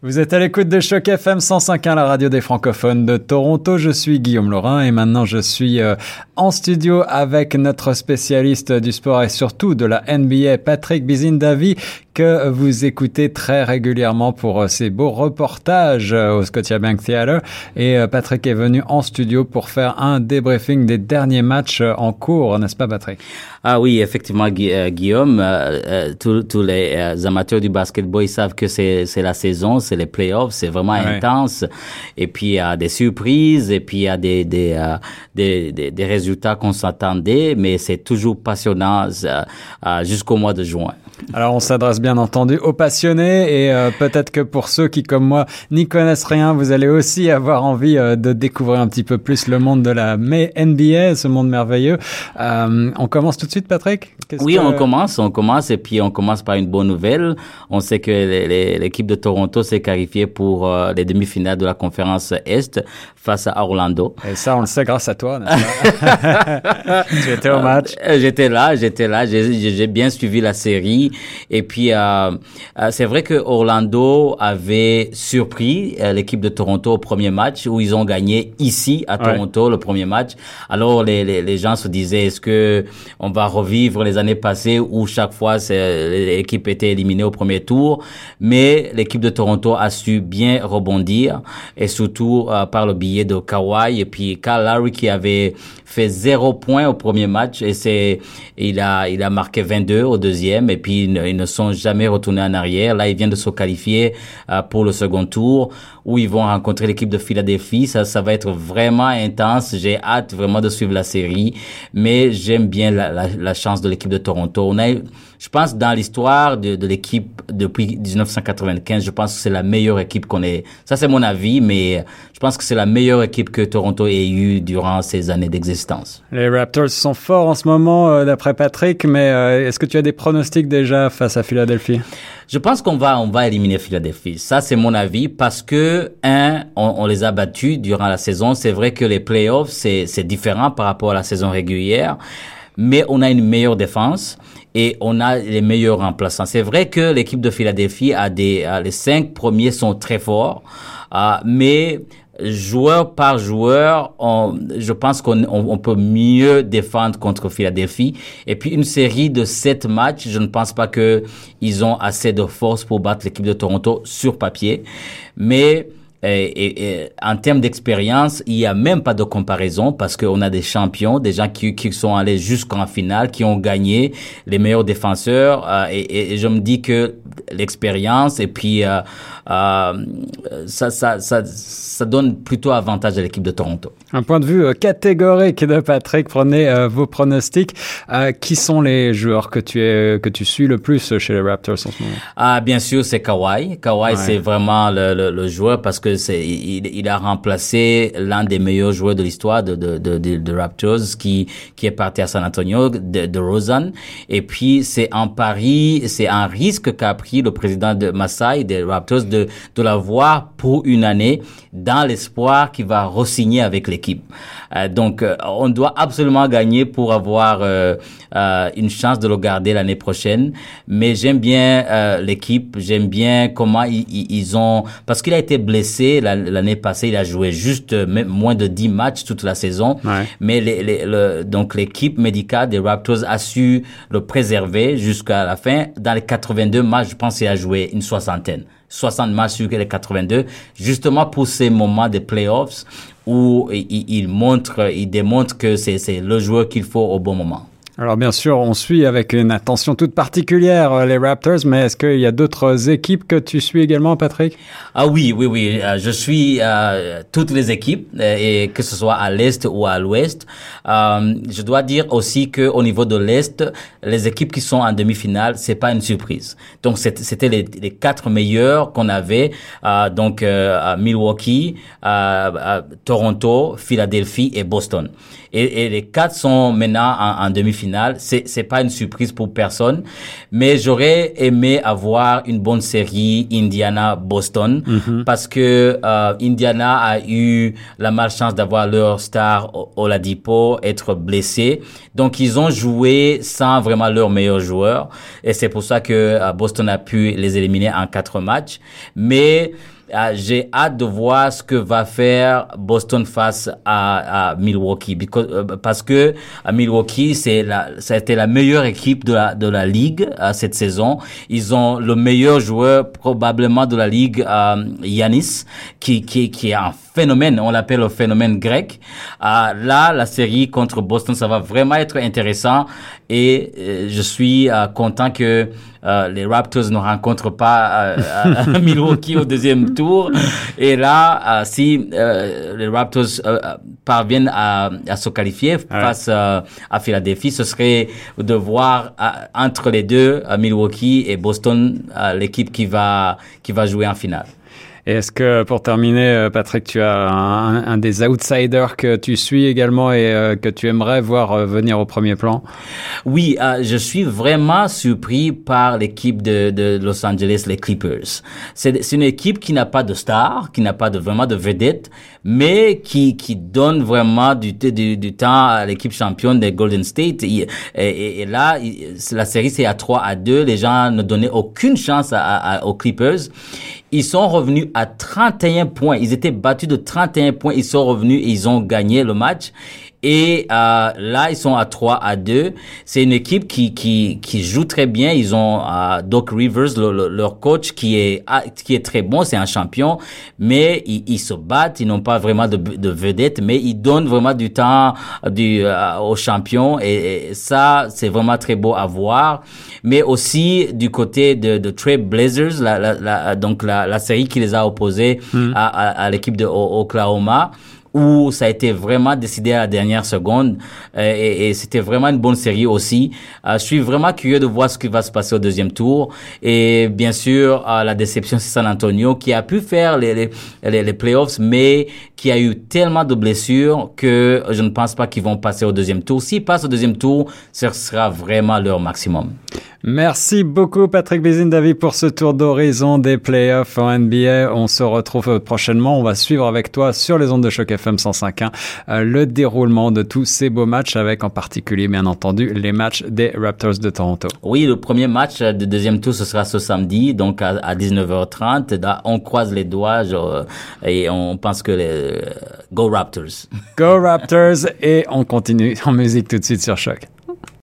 Vous êtes à l'écoute de Choc FM 105.1, la radio des francophones de Toronto. Je suis Guillaume Laurin et maintenant je suis en studio avec notre spécialiste du sport et surtout de la NBA, Patrick Bizindavi, que vous écoutez très régulièrement pour ses beaux reportages au Scotiabank Theatre. Et Patrick est venu en studio pour faire un débriefing des derniers matchs en cours, n'est-ce pas Patrick? Ah oui, effectivement, Guillaume, tous les amateurs du basketball, ils savent que c'est la saison, c'est les playoffs, c'est vraiment intense. Et puis il y a des surprises, et puis il y a des résultats qu'on s'attendait, mais c'est toujours passionnant jusqu'au mois de juin. Alors on s'adresse bien entendu aux passionnés et peut-être que pour ceux qui comme moi n'y connaissent rien, vous allez aussi avoir envie de découvrir un petit peu plus le monde de la NBA, ce monde merveilleux. On commence tout de suite, Patrick? On commence et puis on commence par une bonne nouvelle. On sait que l'équipe de Toronto s'est qualifiée pour les demi-finales de la conférence Est face à Orlando. Et ça, on le sait grâce à toi, n'est-ce pas? Tu étais au match? J'étais là. J'ai bien suivi la série. Et puis, c'est vrai que Orlando avait surpris l'équipe de Toronto au premier match où ils ont gagné ici à Toronto le premier match. Alors, les gens se disaient, est-ce que on va revivre les années passées où chaque fois l'équipe était éliminée au premier tour? Mais l'équipe de Toronto a su bien rebondir et surtout par le biais de Kawhi et puis Kyle Lowry qui avait fait 0 point au premier match et il a marqué 22 au deuxième et puis ils ne sont jamais retournés en arrière. Là, ils viennent de se qualifier pour le second tour où ils vont rencontrer l'équipe de Philadelphie. Ça va être vraiment intense. J'ai hâte vraiment de suivre la série, mais j'aime bien la chance de l'équipe de Toronto. Je pense, dans l'histoire de l'équipe depuis 1995, je pense que c'est la meilleure équipe qu'on ait. Ça, c'est mon avis, mais je pense que c'est la meilleure équipe que Toronto ait eue durant ces années d'existence. Les Raptors sont forts en ce moment, d'après Patrick, mais est-ce que tu as des pronostics déjà face à Philadelphie? Je pense qu'on va éliminer Philadelphie. Ça, c'est mon avis parce que, on les a battus durant la saison. C'est vrai que les playoffs, c'est différent par rapport à la saison régulière, mais on a une meilleure défense et on a les meilleurs remplaçants. C'est vrai que l'équipe de Philadelphie les 5 premiers sont très forts, mais joueur par joueur, je pense qu'on peut mieux défendre contre Philadelphie. Et puis une série de 7 matchs, je ne pense pas que ils ont assez de force pour battre l'équipe de Toronto sur papier. Mais et en termes d'expérience, il y a même pas de comparaison parce qu'on a des champions, des gens qui sont allés jusqu'en finale, qui ont gagné, les meilleurs défenseurs. Et je me dis que l'expérience et puis ça donne plutôt avantage à l'équipe de Toronto. Un point de vue catégorique de Patrick. Prenez vos pronostics. Qui sont les joueurs que tu suis le plus chez les Raptors en ce moment? Bien sûr, c'est Kawhi. Kawhi, c'est vraiment le joueur parce que il a remplacé l'un des meilleurs joueurs de l'histoire de Raptors qui est parti à San Antonio, de Rosen. Et puis c'est un risque qu'a pris le président de Masai des Raptors de l'avoir pour une année dans l'espoir qu'il va re-signer avec l'équipe. Donc on doit absolument gagner pour avoir une chance de le garder l'année prochaine. Mais j'aime bien l'équipe, j'aime bien comment ils ont, parce qu'il a été blessé l'année passée, il a joué juste moins de 10 matchs toute la saison. Mais donc l'équipe médicale des Raptors a su le préserver jusqu'à la fin. Dans les 82 matchs, je pense qu'il a joué une 60 matchs sur les 82, justement pour ces moments de playoffs où il démontre que c'est le joueur qu'il faut au bon moment. Alors bien sûr, on suit avec une attention toute particulière les Raptors, mais est-ce qu'il y a d'autres équipes que tu suis également, Patrick? Ah oui, je suis toutes les équipes, et que ce soit à l'Est ou à l'Ouest. Je dois dire aussi que au niveau de l'Est, les équipes qui sont en demi-finale, c'est pas une surprise. Donc c'était les 4 meilleurs qu'on avait, donc Milwaukee, Toronto, Philadelphie et Boston. et les 4 sont maintenant en demi-finale. C'est pas une surprise pour personne, mais j'aurais aimé avoir une bonne série Indiana-Boston parce que Indiana a eu la malchance d'avoir leur star Oladipo être blessé. Donc ils ont joué sans vraiment leur meilleur joueur et c'est pour ça que Boston a pu les éliminer en 4 matchs. Mais j'ai hâte de voir ce que va faire Boston face à Milwaukee, parce que à Milwaukee ça a été la meilleure équipe de la ligue cette saison. Ils ont le meilleur joueur probablement de la ligue, Giannis, qui est un phénomène. On l'appelle le phénomène grec. Là, la série contre Boston, ça va vraiment être intéressant et je suis content que les Raptors ne rencontrent pas Milwaukee au deuxième tour. Et là, si les Raptors parviennent à se qualifier face à Philadelphie, ce serait de voir entre les deux, Milwaukee et Boston, l'équipe qui va jouer en finale. Et est-ce que, pour terminer, Patrick, tu as un des outsiders que tu suis également et que tu aimerais voir venir au premier plan? Oui, je suis vraiment surpris par l'équipe de Los Angeles, les Clippers. C'est une équipe qui n'a pas de star, qui n'a pas vraiment de vedette, mais qui donne vraiment du temps à l'équipe championne des Golden State. Et là, la série c'est à 3-2. Les gens ne donnaient aucune chance aux Clippers. Ils sont revenus à 31 points. Ils étaient battus de 31 points. Ils sont revenus et ils ont gagné le match. Et là, ils sont à 3-2. C'est une équipe qui joue très bien. Ils ont Doc Rivers, leur coach, qui est très bon. C'est un champion, mais ils se battent. Ils n'ont pas vraiment de vedette, mais ils donnent vraiment du temps aux champions. Et ça, c'est vraiment très beau à voir. Mais aussi du côté de Trail Blazers, donc la série qui les a opposés à l'équipe de Oklahoma, où ça a été vraiment décidé à la dernière seconde et c'était vraiment une bonne série aussi. Je suis vraiment curieux de voir ce qui va se passer au deuxième tour et bien sûr la déception c'est San Antonio qui a pu faire les playoffs mais qui a eu tellement de blessures que je ne pense pas qu'ils vont passer au deuxième tour. S'ils passent au deuxième tour, ce sera vraiment leur maximum. Merci beaucoup Patrick Bézine-Davy pour ce tour d'horizon des playoffs en NBA. On se retrouve prochainement. On va suivre avec toi sur les ondes de Choc FM 105.1 le déroulement de tous ces beaux matchs avec en particulier bien entendu les matchs des Raptors de Toronto. Oui, le premier match du deuxième tour ce sera ce samedi donc à 19h30. Là, on croise les doigts et on pense que Go Raptors. Go Raptors et on continue en musique tout de suite sur Choc.